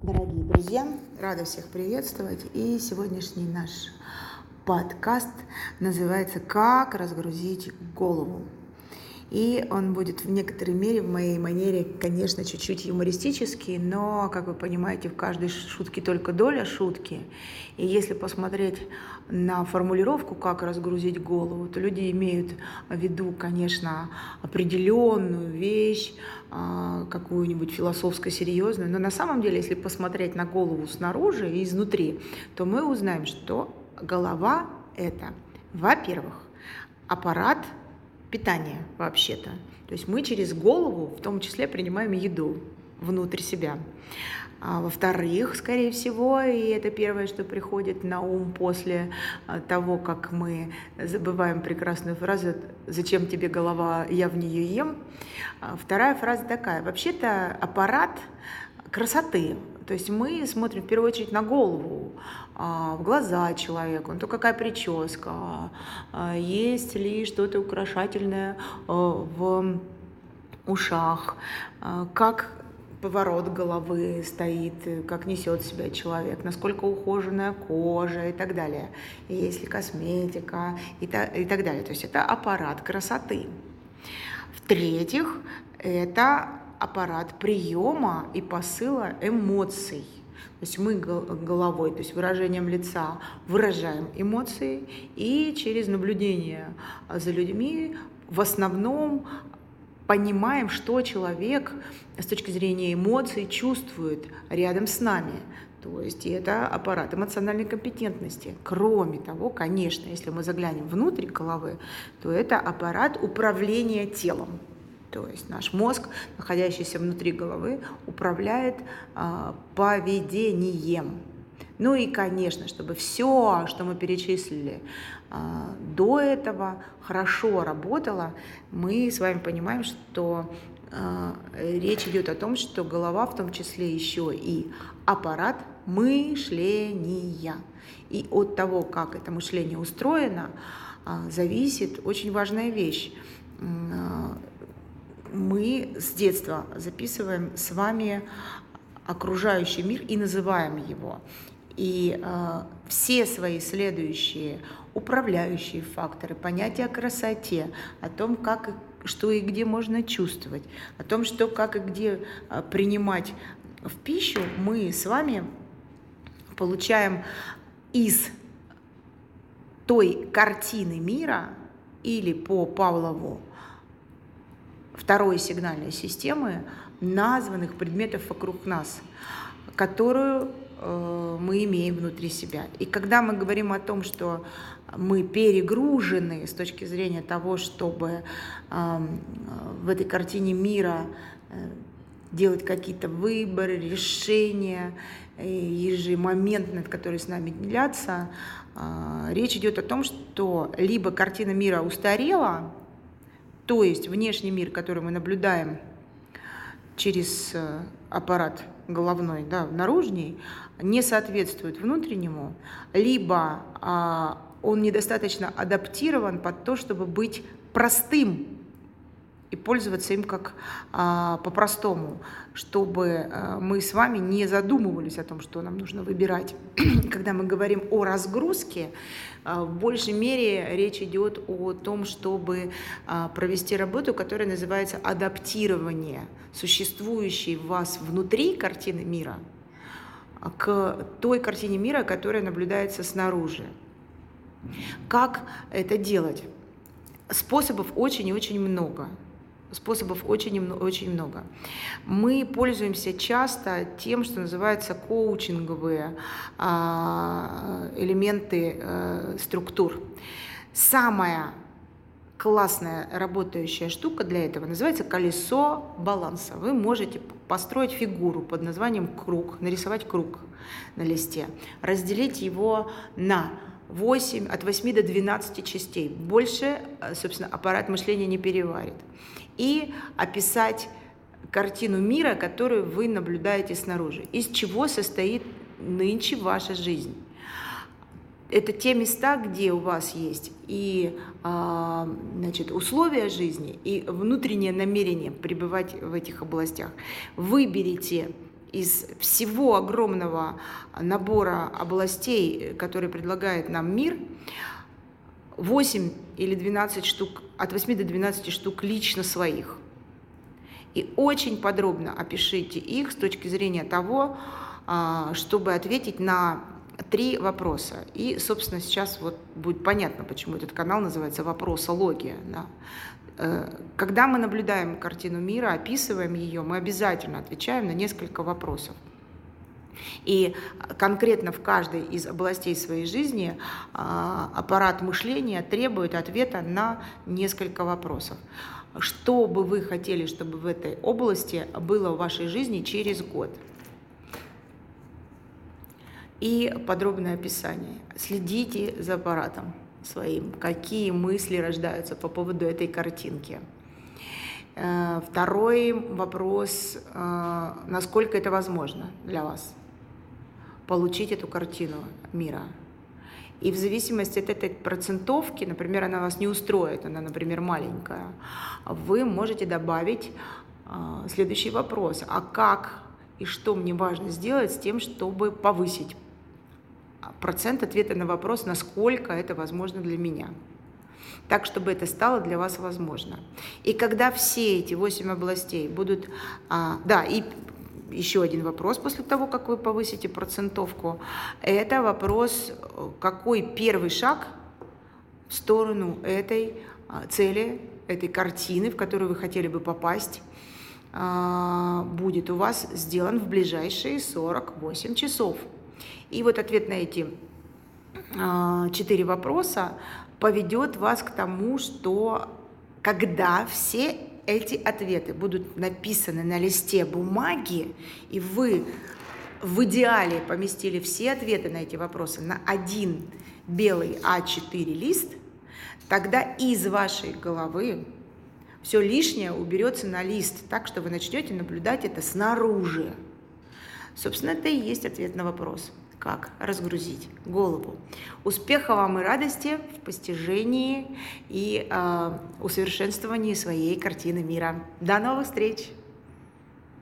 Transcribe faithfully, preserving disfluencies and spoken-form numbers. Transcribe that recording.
Дорогие друзья, рада всех приветствовать. И сегодняшний наш подкаст называется «Как разгрузить голову». И он будет в некоторой мере, в моей манере, конечно, чуть-чуть юмористический, но, как вы понимаете, в каждой шутке только доля шутки. И если посмотреть на формулировку «как разгрузить голову», то люди имеют в виду, конечно, определенную вещь, какую-нибудь философско-серьезную. Но на самом деле, если посмотреть на голову снаружи и изнутри, то мы узнаем, что голова – это, во-первых, аппарат питания вообще-то. То есть мы через голову в том числе принимаем еду внутрь себя. А во-вторых, скорее всего, и это первое, что приходит на ум после того, как мы забываем прекрасную фразу «Зачем тебе голова? Я в нее ем». Вторая фраза такая. Вообще-то аппарат красоты. То есть мы смотрим в первую очередь на голову, в глаза человеку, ну, то какая прическа, есть ли что-то украшательное в ушах, как поворот головы стоит, как несет себя человек, насколько ухоженная кожа и так далее, и есть ли косметика и так, и так далее. То есть это аппарат красоты. В-третьих, это аппарат приема и посыла эмоций. То есть мы головой, то есть выражением лица выражаем эмоции, и через наблюдение за людьми в основном понимаем, что человек с точки зрения эмоций чувствует рядом с нами. То есть это аппарат эмоциональной компетентности. Кроме того, конечно, если мы заглянем внутрь головы, то это аппарат управления телом. То есть наш мозг, находящийся внутри головы, управляет а, поведением. Ну и, конечно, чтобы все, что мы перечислили а, до этого, хорошо работало, мы с вами понимаем, что а, речь идет о том, что голова в том числе еще и аппарат мышления. И от того, как это мышление устроено, а, зависит очень важная вещь. А, мы с детства записываем с вами окружающий мир и называем его. И э, все свои следующие управляющие факторы, понятия о красоте, о том, как, что и где можно чувствовать, о том, что, как и где э, принимать в пищу, мы с вами получаем из той картины мира или по Павлову второй сигнальной системы названных предметов вокруг нас, которую э, мы имеем внутри себя. И когда мы говорим о том, что мы перегружены с точки зрения того, чтобы э, в этой картине мира э, делать какие-то выборы, решения, э, ежемоментно, которые с нами длятся, э, речь идет о том, что либо картина мира устарела, то есть внешний мир, который мы наблюдаем через аппарат головной, да, наружный, не соответствует внутреннему, либо а, он недостаточно адаптирован под то, чтобы быть простым и пользоваться им как а, по-простому, чтобы а, мы с вами не задумывались о том, что нам нужно выбирать. Когда мы говорим о разгрузке, а, в большей мере речь идет о том, чтобы а, провести работу, которая называется адаптирование существующей в вас внутри картины мира к той картине мира, которая наблюдается снаружи. Как это делать? Способов очень и очень много. Способов очень, очень много. Мы пользуемся часто тем, что называется коучинговые а, элементы а, структур. Самая классная работающая штука для этого называется колесо баланса. Вы можете построить фигуру под названием круг, нарисовать круг на листе, разделить его на восемь, от восьми до двенадцати частей. Больше, собственно, аппарат мышления не переварит. И описать картину мира, которую вы наблюдаете снаружи. Из чего состоит нынче ваша жизнь. Это те места, где у вас есть и значит, условия жизни, и внутреннее намерение пребывать в этих областях. Выберите из всего огромного набора областей, которые предлагает нам мир, восемь или двенадцать штук, от восьми до двенадцати штук лично своих. И очень подробно опишите их с точки зрения того, чтобы ответить на три вопроса. И, собственно, сейчас вот будет понятно, почему этот канал называется «Вопросология». Да. Когда мы наблюдаем картину мира, описываем ее, мы обязательно отвечаем на несколько вопросов. И конкретно в каждой из областей своей жизни аппарат мышления требует ответа на несколько вопросов. Что бы вы хотели, чтобы в этой области было в вашей жизни через год? И подробное описание. Следите за аппаратом своим, какие мысли рождаются по поводу этой картинки. Второй вопрос, насколько это возможно для вас получить эту картину мира. И в зависимости от этой процентовки, например, она вас не устроит, она, например, маленькая, вы можете добавить следующий вопрос. А как и что мне важно сделать с тем, чтобы повысить процент ответа на вопрос, насколько это возможно для меня, так, чтобы это стало для вас возможно. И когда все эти восемь областей будут... А, да, и еще один вопрос после того, как вы повысите процентовку, это вопрос, какой первый шаг в сторону этой цели, этой картины, в которую вы хотели бы попасть, будет у вас сделан в ближайшие сорок восемь часов. И вот ответ на эти четыре вопроса поведет вас к тому, что когда все эти ответы будут написаны на листе бумаги, и вы в идеале поместили все ответы на эти вопросы на один белый а четыре лист, тогда из вашей головы все лишнее уберется на лист, так что вы начнете наблюдать это снаружи. Собственно, это и есть ответ на вопрос, как разгрузить голову. Успеха вам и радости в постижении и э, усовершенствовании своей картины мира. До новых встреч!